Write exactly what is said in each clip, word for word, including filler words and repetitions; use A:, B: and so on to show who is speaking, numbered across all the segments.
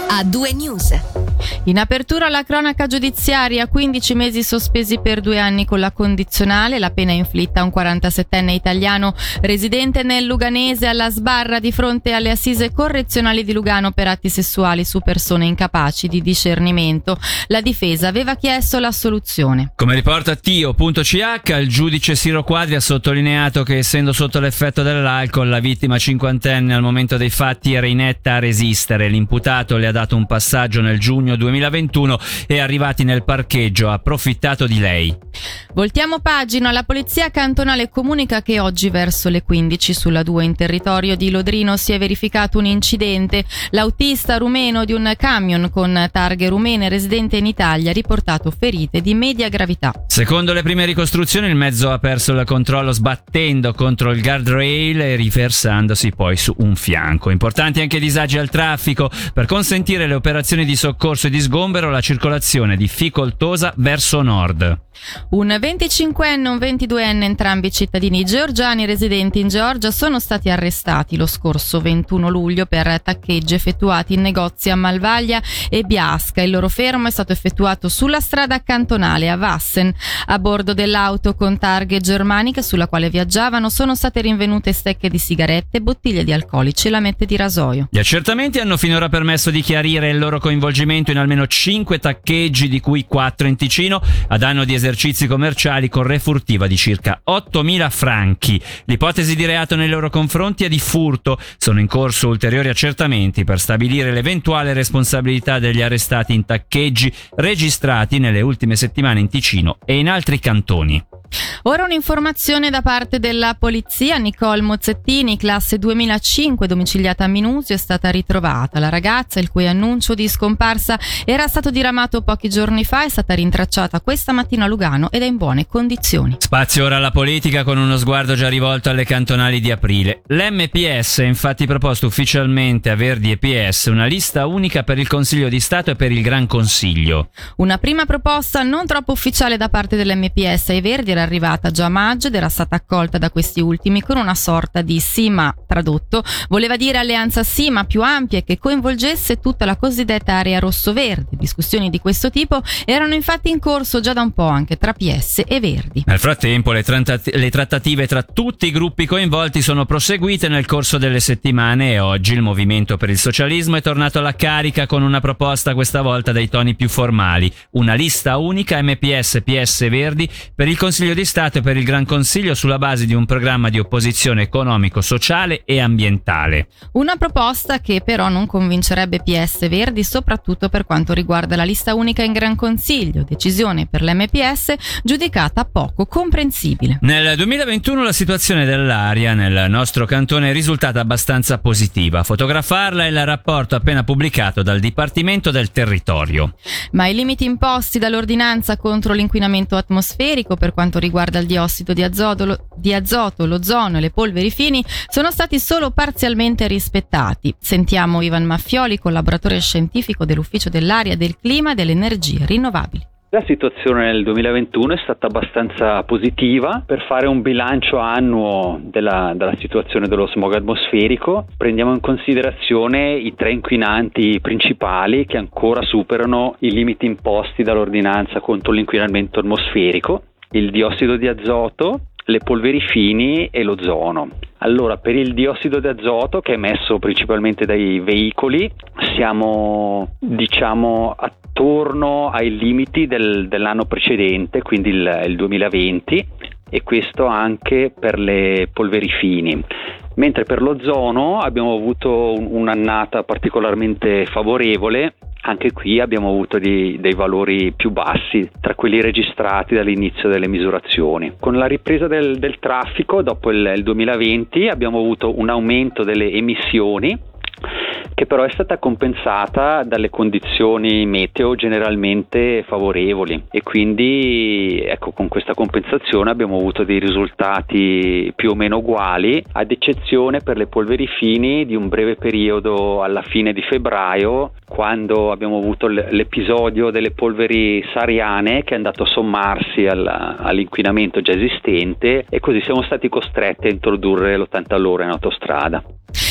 A: A due News.
B: In apertura la cronaca giudiziaria, quindici mesi sospesi per due anni con la condizionale, la pena inflitta a un quarantasettenne italiano residente nel Luganese alla sbarra di fronte alle assise correzionali di Lugano per atti sessuali su persone incapaci di discernimento. La difesa aveva chiesto l'assoluzione.
C: Come riporta Tio punto C H, il giudice Siro Quadri ha sottolineato che, essendo sotto l'effetto dell'alcol, la vittima cinquantenne al momento dei fatti era inetta a resistere. L'imputato le ha dato un passaggio nel giugno duemilaventuno e, arrivati nel parcheggio, ha approfittato di lei.
B: Voltiamo pagina. La polizia cantonale comunica che oggi verso le quindici sulla due in territorio di Lodrino si è verificato un incidente. L'autista rumeno di un camion con targhe rumene residente in Italia ha riportato ferite di media gravità.
C: Secondo le prime ricostruzioni, il mezzo ha perso il controllo sbattendo contro il guardrail e riversandosi poi su un fianco. Importanti anche disagi al traffico. Per consentire le operazioni di soccorso e di sgombero, la circolazione è difficoltosa verso nord.
B: Un venticinquenne e un ventiduenne, entrambi cittadini georgiani residenti in Georgia, sono stati arrestati lo scorso ventuno luglio per taccheggi effettuati in negozi a Malvaglia e Biasca. Il loro fermo è stato effettuato sulla strada cantonale a Vassen. A bordo dell'auto con targhe germaniche sulla quale viaggiavano sono state rinvenute stecche di sigarette, bottiglie di alcolici e lamette di rasoio.
C: Gli accertamenti hanno finora permesso di chiarire il loro coinvolgimento in almeno cinque taccheggi, di cui quattro in Ticino, a danno di esercizi commerciali con refurtiva di circa ottomila franchi. L'ipotesi di reato nei loro confronti è di furto. Sono in corso ulteriori accertamenti per stabilire l'eventuale responsabilità degli arrestati in taccheggi registrati nelle ultime settimane in Ticino e in altri cantoni.
B: Ora un'informazione da parte della polizia. Nicole Mozzettini, classe duemilacinque, domiciliata a Minusio, è stata ritrovata. La ragazza, il cui annuncio di scomparsa era stato diramato pochi giorni fa, è stata rintracciata questa mattina a Lugano ed è in buone condizioni.
C: Spazio ora alla politica, con uno sguardo già rivolto alle cantonali di aprile. L'M P S ha infatti proposto ufficialmente a Verdi e P S una lista unica per il Consiglio di Stato e per il Gran Consiglio.
B: Una prima proposta non troppo ufficiale da parte dell'M P S ai Verdi era arrivata già a maggio ed era stata accolta da questi ultimi con una sorta di sì ma, tradotto voleva dire alleanza sì ma più ampia e che coinvolgesse tutta la cosiddetta area rosso-verde. Discussioni di questo tipo erano infatti in corso già da un po' anche tra P S e Verdi.
C: Nel frattempo le, trattati- le trattative tra tutti i gruppi coinvolti sono proseguite nel corso delle settimane e oggi il Movimento per il Socialismo è tornato alla carica con una proposta, questa volta dai toni più formali: una lista unica M P S, P S Verdi per il Consiglio di Stato e per il Gran Consiglio, sulla base di un programma di opposizione economico, sociale e ambientale.
B: Una proposta che però non convincerebbe P S Verdi, soprattutto per quanto riguarda la lista unica in Gran Consiglio, decisione per l'M P S giudicata poco comprensibile.
C: Nel duemilaventuno la situazione dell'aria nel nostro cantone è risultata abbastanza positiva. A fotografarla è il rapporto appena pubblicato dal Dipartimento del Territorio.
B: Ma i limiti imposti dall'ordinanza contro l'inquinamento atmosferico per quanto riguarda il diossido di azoto, lo, di azoto, l'ozono e le polveri fini sono stati solo parzialmente rispettati. Sentiamo Ivan Maffioli, collaboratore scientifico dell'Ufficio dell'Aria, del Clima e delle Energie Rinnovabili.
D: La situazione nel duemilaventuno è stata abbastanza positiva. Per fare un bilancio annuo della, della situazione dello smog atmosferico, prendiamo in considerazione i tre inquinanti principali che ancora superano i limiti imposti dall'ordinanza contro l'inquinamento atmosferico: il diossido di azoto, le polveri fini e l'ozono. Allora, per il diossido di azoto, che è emesso principalmente dai veicoli, siamo diciamo attorno ai limiti del, dell'anno precedente, quindi il, il duemilaventi, e questo anche per le polveri fini. Mentre per l'ozono abbiamo avuto un'annata particolarmente favorevole. Anche qui abbiamo avuto dei, dei valori più bassi tra quelli registrati dall'inizio delle misurazioni. Con la ripresa del, del traffico dopo il, il duemilaventi abbiamo avuto un aumento delle emissioni, che però è stata compensata dalle condizioni meteo generalmente favorevoli, e quindi ecco, con questa compensazione abbiamo avuto dei risultati più o meno uguali, ad eccezione per le polveri fini di un breve periodo alla fine di febbraio, quando abbiamo avuto l'episodio delle polveri sahariane che è andato a sommarsi alla, all'inquinamento già esistente, e così siamo stati costretti a introdurre l'ottanta all'ora in autostrada.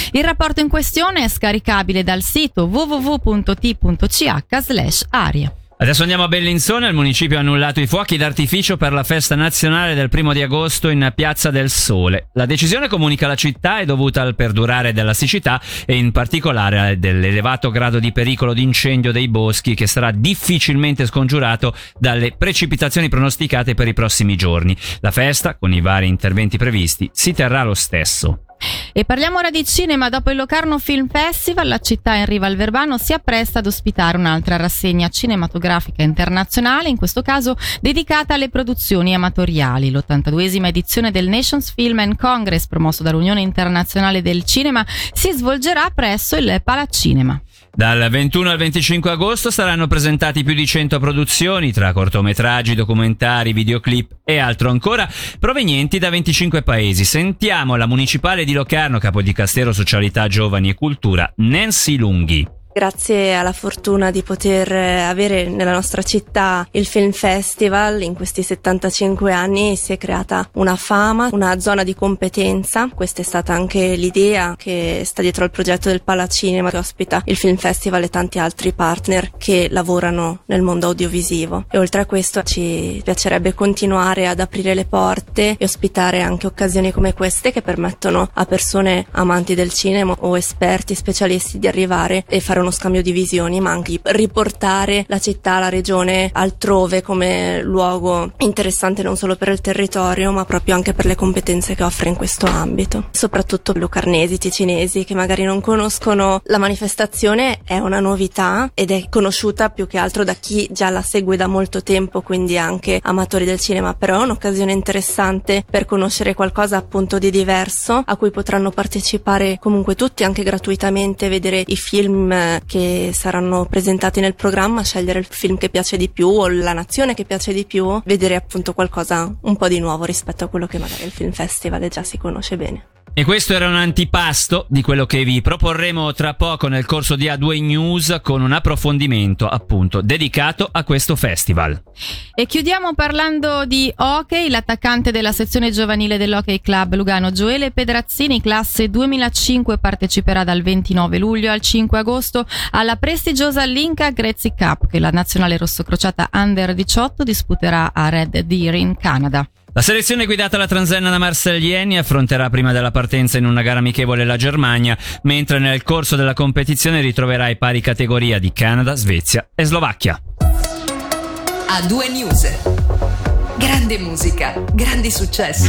B: Il rapporto in questione è scaricabile dal sito w w w punto t punto c h slash aria.
C: Adesso andiamo a Bellinzona. Il municipio ha annullato i fuochi d'artificio per la festa nazionale del primo di agosto in Piazza del Sole. La decisione, comunica la città, è dovuta al perdurare della siccità e in particolare dell'elevato grado di pericolo di incendio dei boschi, che sarà difficilmente scongiurato dalle precipitazioni pronosticate per i prossimi giorni. La festa, con i vari interventi previsti, si terrà lo stesso.
B: E parliamo ora di cinema. Dopo il Locarno Film Festival, la città in riva al Verbano si appresta ad ospitare un'altra rassegna cinematografica internazionale, in questo caso dedicata alle produzioni amatoriali. l'ottantaduesima edizione del Nations Film and Congress, promosso dall'Unione Internazionale del Cinema, si svolgerà presso il Palacinema.
C: Dal ventuno al venticinque agosto saranno presentati più di cento produzioni, tra cortometraggi, documentari, videoclip e altro ancora, provenienti da venticinque paesi. Sentiamo la municipale di Locarno, capodicastero Socialità, Giovani e Cultura, Nancy Lunghi.
A: Grazie alla fortuna di poter avere nella nostra città il Film Festival, in questi settantacinque anni si è creata una fama, una zona di competenza. Questa è stata anche l'idea che sta dietro al progetto del Palacinema, che ospita il Film Festival e tanti altri partner che lavorano nel mondo audiovisivo. E oltre a questo ci piacerebbe continuare ad aprire le porte e ospitare anche occasioni come queste, che permettono a persone amanti del cinema o esperti, specialisti, di arrivare e fare uno scambio di visioni, ma anche riportare la città, la regione altrove come luogo interessante non solo per il territorio, ma proprio anche per le competenze che offre in questo ambito. Soprattutto locarnesi, ticinesi che magari non conoscono la manifestazione, è una novità ed è conosciuta più che altro da chi già la segue da molto tempo, quindi anche amatori del cinema, però è un'occasione interessante per conoscere qualcosa appunto di diverso, a cui potranno partecipare comunque tutti, anche gratuitamente, vedere i film che saranno presentati nel programma, scegliere il film che piace di più o la nazione che piace di più, vedere appunto qualcosa un po' di nuovo rispetto a quello che magari il Film Festival già si conosce bene.
C: E questo era un antipasto di quello che vi proporremo tra poco nel corso di A due News, con un approfondimento appunto dedicato a questo festival.
B: E chiudiamo parlando di hockey. L'attaccante della sezione giovanile dell'Hockey Club Lugano, Gioele Pedrazzini, classe duemilacinque, parteciperà dal ventinove luglio al cinque agosto alla prestigiosa Linka Gretzky Cup, che la nazionale rossocrociata under diciotto disputerà a Red Deer in Canada.
C: La selezione guidata alla Transenna da Marcellieni affronterà prima della partenza in una gara amichevole la Germania, mentre nel corso della competizione ritroverà i pari categoria di Canada, Svezia e Slovacchia.
E: A due News. Grande musica, grandi successi.